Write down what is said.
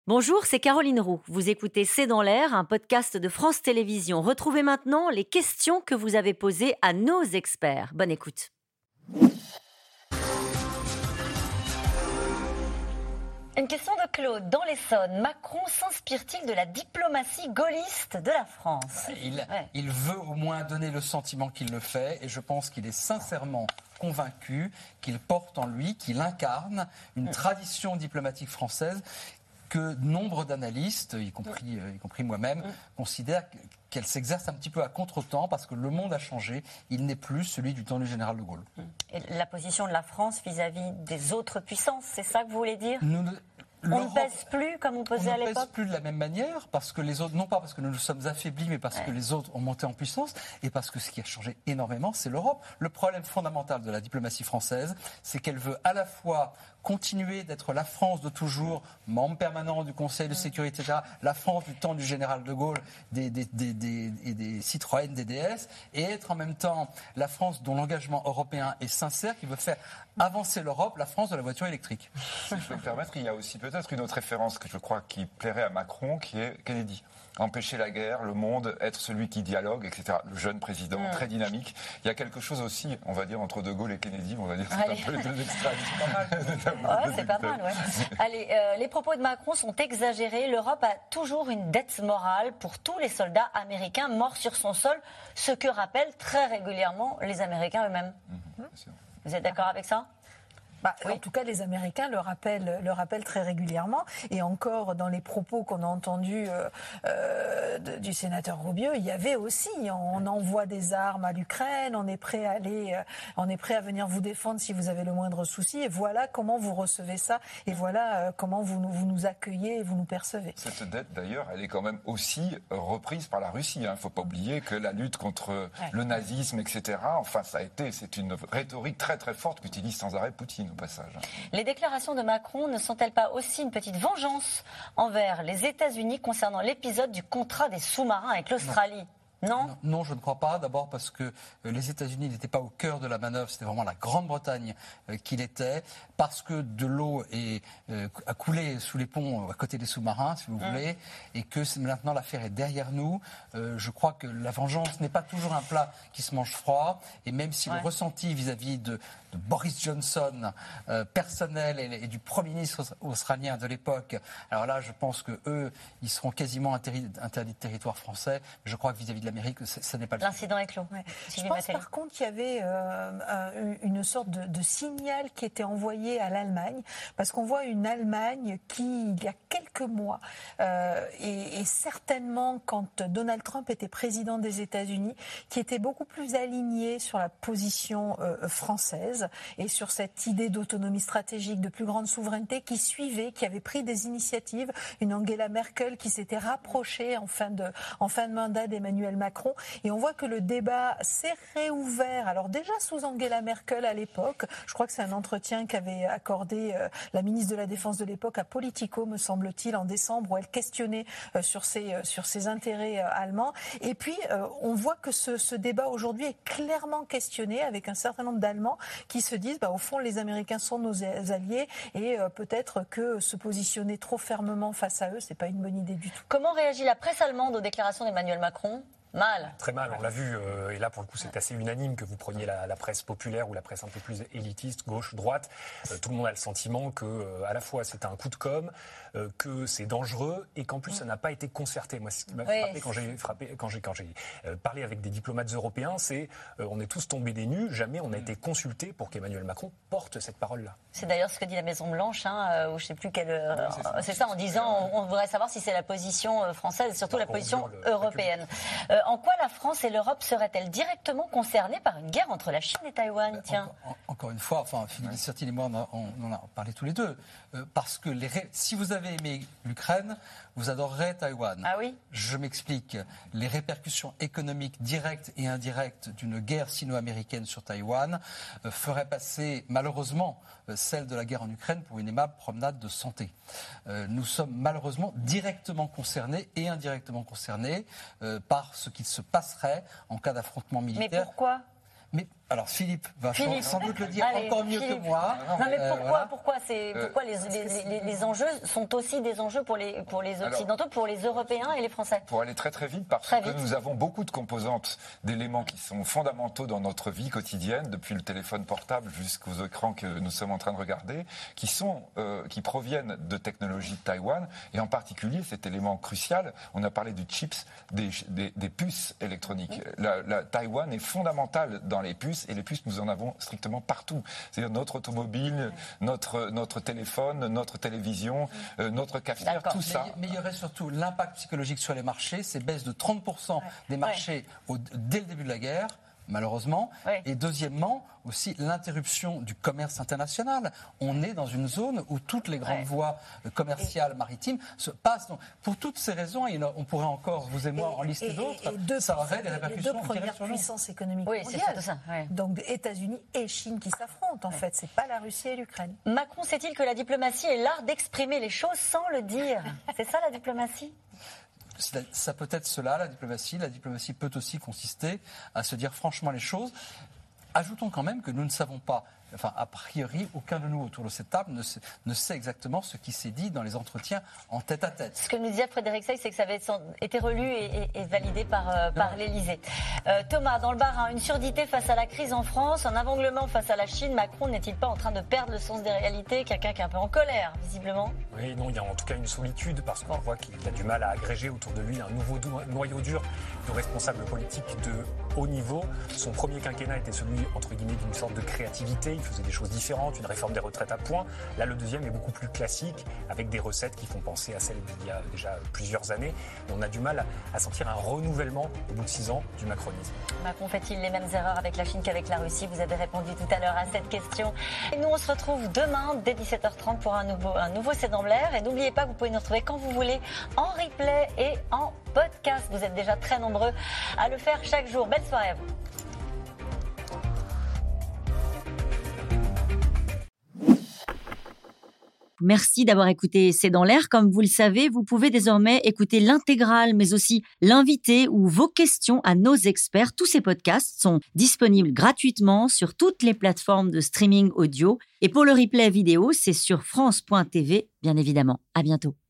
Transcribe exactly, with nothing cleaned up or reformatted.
Bonjour, c'est Caroline Roux. Vous écoutez C'est dans l'air, un podcast de France Télévisions. Retrouvez maintenant les questions que vous avez posées à nos experts. Bonne écoute. Une question de Claude. Dans l'Essonne, Macron s'inspire-t-il de la diplomatie gaulliste de la France ? il, ouais. il veut au moins donner le sentiment qu'il le fait, et je pense qu'il est sincèrement convaincu qu'il porte en lui, qu'il incarne une mmh. tradition diplomatique française que nombre d'analystes, y compris, y compris moi-même, mmh. considèrent qu'elle s'exerce un petit peu à contre-temps parce que le monde a changé. Il n'est plus celui du temps du général de Gaulle. Et la position de la France vis-à-vis des autres puissances, c'est ça que vous voulez dire ? Nous ne... On ne pèse plus comme on pesait à l'époque. On ne pèse plus de la même manière parce que les autres, non pas parce que nous nous sommes affaiblis, mais parce ouais. que les autres ont monté en puissance et parce que ce qui a changé énormément, c'est l'Europe. Le problème fondamental de la diplomatie française, c'est qu'elle veut à la fois continuer d'être la France de toujours, membre permanent du Conseil de sécurité, et cetera, la France du temps du général de Gaulle, des, des, des, des, des, des Citroën, des D S, et être en même temps la France dont l'engagement européen est sincère, qui veut faire avancer l'Europe, la France de la voiture électrique. Si je peux me permettre, il y a aussi peut-être une autre référence que je crois qui plairait à Macron, qui est Kennedy. Empêcher la guerre, le monde, être celui qui dialogue, et cetera. Le jeune président, mmh. très dynamique. Il y a quelque chose aussi, on va dire, entre De Gaulle et Kennedy, on va dire, c'est Allez. un peu les deux extrêmes. C'est pas mal. ouais, c'est pas mal, ouais. Allez, euh, les propos de Macron sont exagérés. L'Europe a toujours une dette morale pour tous les soldats américains morts sur son sol, ce que rappellent très régulièrement les Américains eux-mêmes. Mmh, Vous êtes d'accord avec ça ? Bah, oui. En tout cas, les Américains le rappellent, le rappellent très régulièrement. Et encore, dans les propos qu'on a entendus euh, euh, de, du sénateur Roubieux, il y avait aussi, on envoie des armes à l'Ukraine, on est prêt à aller, euh, on est prêt à venir vous défendre si vous avez le moindre souci. Et voilà comment vous recevez ça. Et voilà euh, comment vous, vous nous accueillez et vous nous percevez. Cette dette, d'ailleurs, elle est quand même aussi reprise par la Russie. Il hein. ne faut pas oublier que la lutte contre ouais. le nazisme, et cetera, enfin, ça a été, c'est une rhétorique très très forte qu'utilise sans arrêt Poutine. Au passage. Les déclarations de Macron ne sont-elles pas aussi une petite vengeance envers les États-Unis concernant l'épisode du contrat des sous-marins avec l'Australie ? Non. non Non, je ne crois pas. D'abord parce que les États-Unis n'étaient pas au cœur de la manœuvre, c'était vraiment la Grande-Bretagne euh, qui l'était. Parce que de l'eau est, euh, a coulé sous les ponts à côté des sous-marins, si vous mmh. voulez, et que maintenant l'affaire est derrière nous. Euh, je crois que la vengeance n'est pas toujours un plat qui se mange froid. Et même si ouais. le ressenti vis-à-vis de, de Boris Johnson, euh, personnel, et, et du Premier ministre australien de l'époque, alors là, je pense que eux, ils seront quasiment interdits, interdits de territoire français. Je crois que vis-à-vis de l'Amérique, ce n'est pas le L'incident est clos. Ouais. Je pense par contre qu'il y avait euh, une sorte de, de signal qui était envoyé à l'Allemagne, parce qu'on voit une Allemagne qui, il y a quelques mois, euh, et, et certainement quand Donald Trump était président des États-Unis, qui était beaucoup plus alignée sur la position euh, française et sur cette idée d'autonomie stratégique, de plus grande souveraineté, qui suivait, qui avait pris des initiatives, une Angela Merkel qui s'était rapprochée en fin de, en fin de mandat d'Emmanuel Macron, et on voit que le débat s'est réouvert. Alors déjà sous Angela Merkel à l'époque, je crois que c'est un entretien qu'avait accordé euh, la ministre de la Défense de l'époque à Politico, me semble-t-il, en décembre, où elle questionnait euh, sur ses euh, sur ses intérêts euh, allemands. Et puis euh, on voit que ce, ce débat aujourd'hui est clairement questionné avec un certain nombre d'Allemands qui se disent, bah, au fond, les Américains sont nos alliés et euh, peut-être que se positionner trop fermement face à eux, c'est pas une bonne idée du tout. Comment réagit la presse allemande aux déclarations d'Emmanuel Macron ? Mal. Très mal, on l'a vu, euh, et là pour le coup c'est assez unanime que vous preniez la, la presse populaire ou la presse un peu plus élitiste, gauche, droite, euh, tout le monde a le sentiment que euh, à la fois c'est un coup de com', euh, que c'est dangereux et qu'en plus ça n'a pas été concerté. Moi c'est ce qui m'a oui. frappé quand j'ai frappé quand j'ai quand j'ai euh, parlé avec des diplomates européens, c'est euh, on est tous tombés des nues, jamais on a été consulté pour qu'Emmanuel Macron porte cette parole-là. C'est d'ailleurs ce que dit la Maison Blanche, hein, ou je sais plus quelle. Euh, oui, c'est, ça. c'est ça, en disant on, on voudrait savoir si c'est la position française et surtout bah, la position le, européenne. Euh, en quoi la France et l'Europe seraient-elles directement concernées par une guerre entre la Chine et Taïwan ? Tiens. Encore, encore une fois, enfin, Philippe Dessertine et moi, on, a, on en a parlé tous les deux. Euh, parce que les ré... si vous avez aimé l'Ukraine, vous adorerez Taïwan. Ah oui ? Je m'explique. Les répercussions économiques directes et indirectes d'une guerre sino-américaine sur Taïwan euh, feraient passer, malheureusement, euh, celle de la guerre en Ukraine pour une aimable promenade de santé. Euh, nous sommes malheureusement directement concernés et indirectement concernés euh, par ce qui se passerait en cas d'affrontement militaire. Mais pourquoi ? Mais Alors Philippe va Philippe. sans doute le dire Allez, encore mieux Philippe. que moi. Non mais Euh, pourquoi, voilà. pourquoi, c'est, pourquoi les, les, les, les enjeux sont aussi des enjeux pour les, pour les Occidentaux, pour les Européens et les Français? Pour aller très très vite, parce Très que vite. nous avons beaucoup de composantes, d'éléments qui sont fondamentaux dans notre vie quotidienne, depuis le téléphone portable jusqu'aux écrans que nous sommes en train de regarder, qui sont, euh, qui proviennent de technologies de Taïwan, et en particulier cet élément crucial, on a parlé du chips, des, des, des puces électroniques. La, la, Taïwan est fondamentale dans les puces, et les puces, nous en avons strictement partout. C'est-à-dire notre automobile, notre, notre téléphone, notre télévision, euh, notre cafetière, D'accord. tout ça. Mais, mais il y aurait surtout l'impact psychologique sur les marchés, c'est baisse de trente pour cent des marchés au, dès le début de la guerre, malheureusement. Ouais. Et deuxièmement, aussi l'interruption du commerce international. On est dans une zone où toutes les grandes Ouais. voies commerciales maritimes se passent. Donc, pour toutes ces raisons, et on pourrait encore, vous et moi, en lister Et- et- d'autres, et deux ça aurait des puissances- répercussions Les deux premières directes sur nous. puissances économiques Oui, c'est mondiales. surtout ça, ouais. Donc États-Unis et Chine qui s'affrontent, en fait. C'est pas la Russie et l'Ukraine. Macron sait-il que la diplomatie est l'art d'exprimer les choses sans le dire? C'est ça la diplomatie? Ça, ça peut être cela, la diplomatie. La diplomatie peut aussi consister à se dire franchement les choses. Ajoutons quand même que nous ne savons pas, enfin a priori, aucun de nous autour de cette table ne sait, ne sait exactement ce qui s'est dit dans les entretiens en tête à tête. Ce que nous disait Frédéric Sey, c'est que ça avait été relu et, et, et validé par, euh, par l'Élysée. Euh, Thomas, dans le Bas-Rhin, une surdité face à la crise en France, un aveuglement face à la Chine. Macron n'est-il pas en train de perdre le sens des réalités? Quelqu'un qui est un peu en colère, visiblement. Oui, non, il y a en tout cas une solitude parce qu'on voit qu'il a du mal à agréger autour de lui un nouveau do- noyau dur de responsables politiques de haut niveau. Son premier quinquennat était celui, entre guillemets, d'une sorte de créativité. Il faisait des choses différentes, une réforme des retraites à point. Là, le deuxième est beaucoup plus classique, avec des recettes qui font penser à celles d'il y a déjà plusieurs années. Et on a du mal à sentir un renouvellement au bout de six ans du macronisme. Macron fait-il les mêmes erreurs avec la Chine qu'avec la Russie? Vous avez répondu tout à l'heure à cette question. Et nous, on se retrouve demain dès dix-sept heures trente pour un nouveau, un nouveau C'est dans l'air. Et n'oubliez pas que vous pouvez nous retrouver quand vous voulez en replay et en podcast. Vous êtes déjà très nombreux à le faire chaque jour. Belle soirée à vous. Merci d'avoir écouté C'est dans l'air. Comme vous le savez, vous pouvez désormais écouter l'intégrale, mais aussi l'invité ou vos questions à nos experts. Tous ces podcasts sont disponibles gratuitement sur toutes les plateformes de streaming audio. Et pour le replay vidéo, c'est sur France point T V, bien évidemment. À bientôt.